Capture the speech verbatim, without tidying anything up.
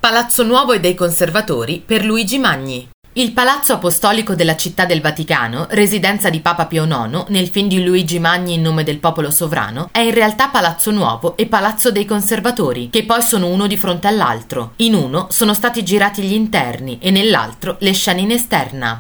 Palazzo Nuovo e dei Conservatori per Luigi Magni. Il Palazzo Apostolico della Città del Vaticano, residenza di Papa Pio nono, nel film di Luigi Magni In nome del popolo sovrano, è in realtà Palazzo Nuovo e Palazzo dei Conservatori, che poi sono uno di fronte all'altro. In uno sono stati girati gli interni e nell'altro le scene in esterna.